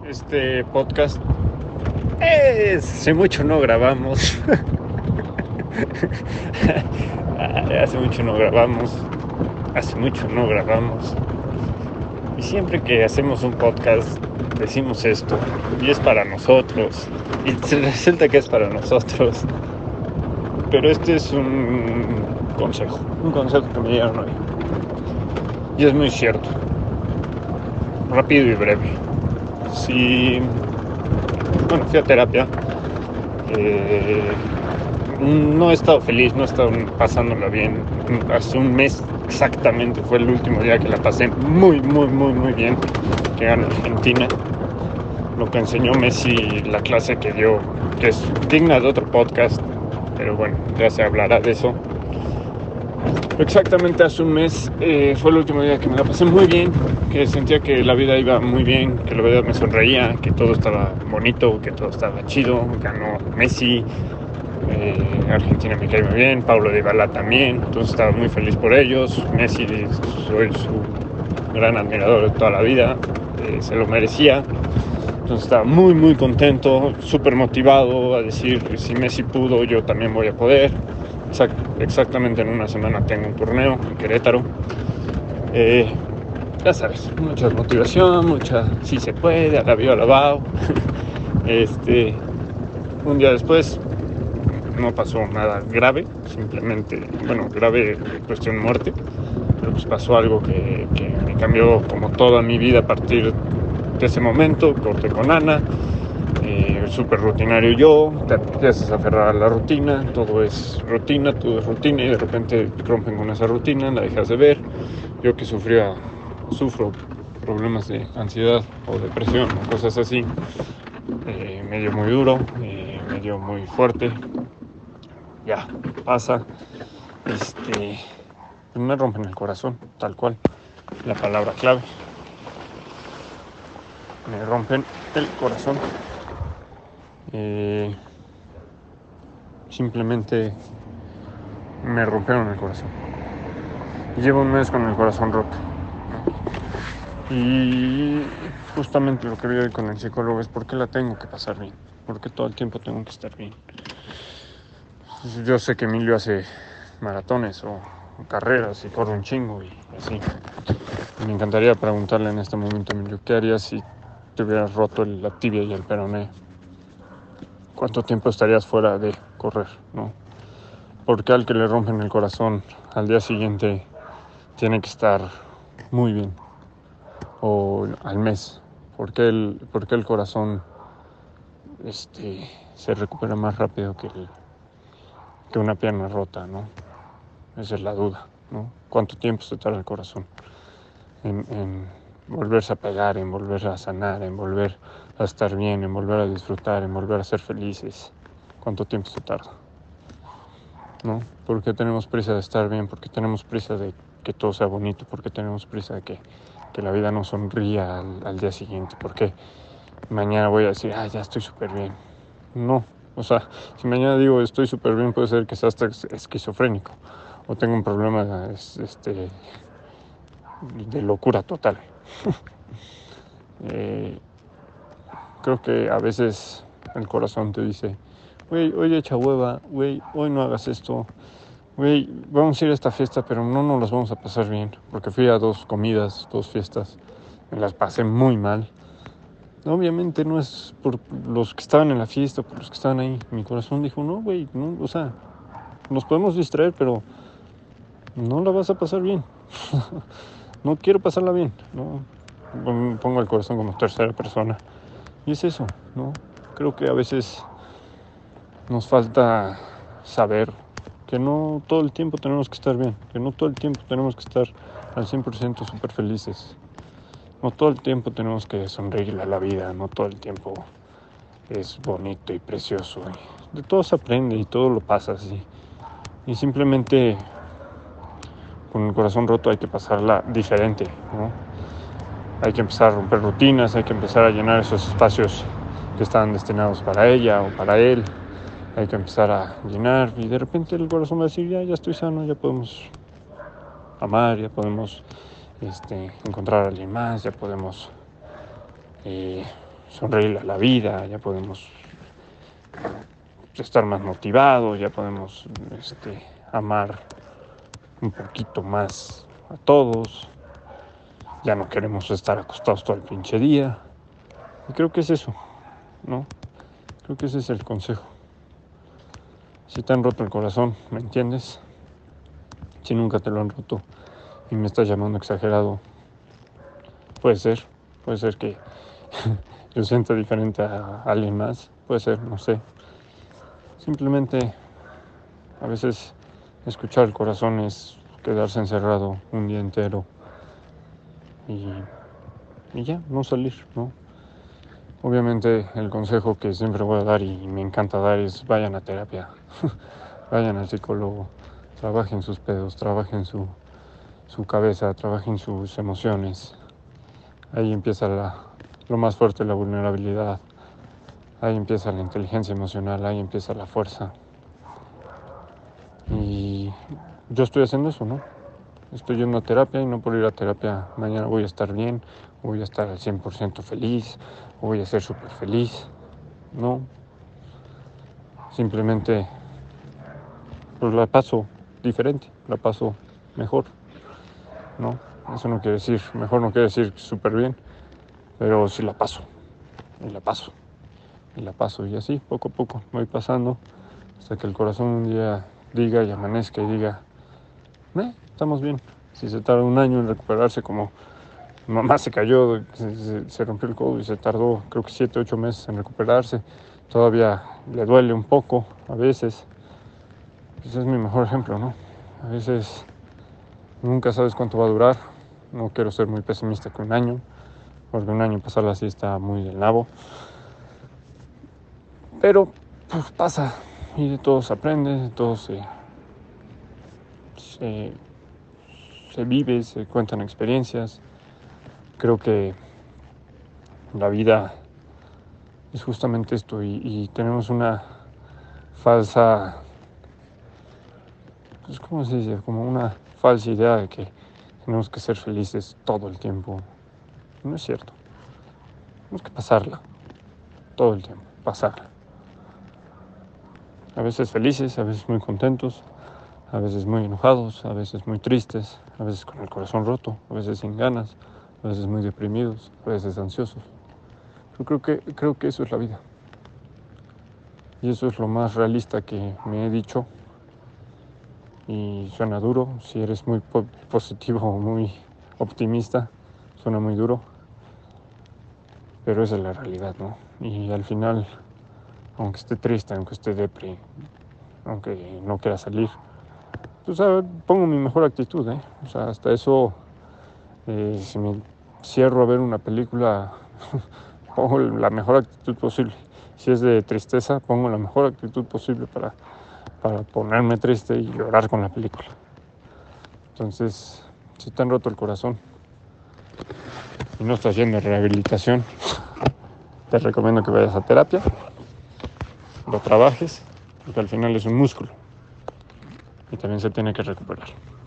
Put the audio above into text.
este podcast. Hace mucho no grabamos. Hace mucho no grabamos. Y siempre que hacemos un podcast decimos esto. Y es para nosotros. Y resulta que es para nosotros. Pero este es un consejo que me dieron hoy. Y es muy cierto. Rápido y breve. Fui a terapia. No he estado feliz, no he estado pasándola bien. Hace un mes exactamente fue el último día que la pasé muy bien, que gana Argentina. Lo que enseñó Messi, la clase que dio, que es digna de otro podcast, pero bueno, ya se hablará de eso. Exactamente hace un mes fue el último día que me la pasé muy bien, que sentía que la vida iba muy bien, que la vida me sonreía, que todo estaba bonito, que todo estaba chido. Ganó Messi, Argentina me cae muy bien, Paulo Dybala también, entonces estaba muy feliz por ellos. Messi, soy su gran admirador de toda la vida, se lo merecía. Entonces estaba muy contento, súper motivado a decir, si Messi pudo, yo también voy a poder. Exactamente en una semana tengo un torneo en Querétaro. Ya sabes, mucha motivación, sí se puede, alabao. Un día después no pasó nada grave, simplemente, grave cuestión muerte, pero pues pasó algo que me cambió como toda mi vida a partir de ese momento. Corté con Ana, súper rutinario yo, te empiezas a aferrar a la rutina, todo es rutina y de repente rompen con esa rutina, la dejas de ver. Yo que sufro problemas de ansiedad o depresión o cosas así, me dio muy duro, me dio muy fuerte. Ya pasa, pues me rompen el corazón, tal cual, la palabra clave. Me rompen el corazón. Simplemente me rompieron el corazón. Llevo un mes con el corazón roto, ¿no? Y justamente lo que vi hoy con el psicólogo es por qué la tengo que pasar bien, por qué todo el tiempo tengo que estar bien. Yo sé que Emilio hace maratones o carreras y corre un chingo y así. Me encantaría preguntarle en este momento, Emilio, ¿qué harías si te hubieras roto la tibia y el peroné? ¿Cuánto tiempo estarías fuera de correr, no? ¿Por qué al que le rompen el corazón al día siguiente tiene que estar muy bien? O al mes. ¿Por qué el corazón se recupera más rápido que una pierna rota, ¿no? Esa es la duda, ¿no? ¿Cuánto tiempo se tarda el corazón en volverse a pegar, en volver a sanar, en volver a estar bien, en volver a disfrutar, en volver a ser felices? ¿Cuánto tiempo se tarda? ¿No? ¿Por qué tenemos prisa de estar bien? ¿Por qué tenemos prisa de que todo sea bonito? ¿Por qué tenemos prisa de que la vida nos sonría al día siguiente? ¿Por qué mañana voy a decir, ya estoy súper bien? No, o sea, si mañana digo estoy súper bien, puede ser que sea hasta esquizofrénico o tenga un problema de locura total. Creo que a veces el corazón te dice, güey, hoy echa hueva, güey, hoy no hagas esto, güey, vamos a ir a esta fiesta, pero no nos las vamos a pasar bien, porque fui a 2 comidas, 2 fiestas, me las pasé muy mal. Obviamente no es por los que estaban en la fiesta, por los que estaban ahí. Mi corazón dijo, no, güey, no, o sea, nos podemos distraer, pero no la vas a pasar bien. No quiero pasarla bien, ¿no? Pongo el corazón como tercera persona. Y es eso, ¿no? Creo que a veces nos falta saber que no todo el tiempo tenemos que estar bien, que no todo el tiempo tenemos que estar al 100% súper felices. No todo el tiempo tenemos que sonreírle a la vida, no todo el tiempo es bonito y precioso. Y de todo se aprende y todo lo pasa así. Y simplemente con el corazón roto hay que pasarla diferente, ¿no? Hay que empezar a romper rutinas, hay que empezar a llenar esos espacios que estaban destinados para ella o para él. Hay que empezar a llenar y de repente el corazón va a decir, ya estoy sano, ya podemos amar, ya podemos encontrar a alguien más, ya podemos sonreír a la vida, ya podemos estar más motivados, ya podemos amar un poquito más a todos, ya no queremos estar acostados todo el pinche día. Y creo que es eso, ¿no? Creo que ese es el consejo. Si te han roto el corazón, ¿me entiendes? Si nunca te lo han roto y me estás llamando exagerado, puede ser que yo sienta diferente a alguien más, puede ser, no sé. Simplemente a veces escuchar el corazón es quedarse encerrado un día entero y ya, no salir, ¿no? Obviamente el consejo que siempre voy a dar y me encanta dar es vayan a terapia, vayan al psicólogo, trabajen sus pedos, trabajen su cabeza, trabajen sus emociones. Ahí empieza lo más fuerte, la vulnerabilidad. Ahí empieza la inteligencia emocional, ahí empieza la fuerza. Y yo estoy haciendo eso, ¿no? Estoy yendo a terapia y no por ir a terapia mañana voy a estar bien, voy a estar al 100% feliz, voy a ser súper feliz. No, simplemente pues la paso diferente, la paso mejor, ¿no? Eso no quiere decir, mejor no quiere decir súper bien, pero sí la paso, y la paso, y la paso, y así poco a poco voy pasando hasta que el corazón un día diga y amanezca y diga, estamos bien. Si se tarda un año en recuperarse, como mi mamá se cayó, se rompió el codo y se tardó creo que 7, 8 meses en recuperarse, todavía le duele un poco a veces, pues es mi mejor ejemplo, ¿no? A veces nunca sabes cuánto va a durar, no quiero ser muy pesimista con un año, porque un año pasarla así está muy del nabo, pero pues pasa y de todo se aprende, de todo se vive, se cuentan experiencias. Creo que la vida es justamente esto y tenemos una falsa, pues ¿cómo se dice? Como una falsa idea de que tenemos que ser felices todo el tiempo. No es cierto. Tenemos que pasarla todo el tiempo, pasarla. A veces felices, a veces muy contentos, a veces muy enojados, a veces muy tristes, a veces con el corazón roto, a veces sin ganas, a veces muy deprimidos, a veces ansiosos. Pero creo que eso es la vida. Y eso es lo más realista que me he dicho. Y suena duro, si eres muy positivo o muy optimista, suena muy duro. Pero esa es la realidad, ¿no? Y al final, aunque esté triste, aunque esté depre, aunque no quiera salir, pues pongo mi mejor actitud, ¿eh? O sea, hasta eso, si me cierro a ver una película, pongo la mejor actitud posible. Si es de tristeza, pongo la mejor actitud posible para ponerme triste y llorar con la película. Entonces, si te han roto el corazón y no estás yendo a rehabilitación, te recomiendo que vayas a terapia, lo trabajes, porque al final es un músculo y también se tiene que recuperar.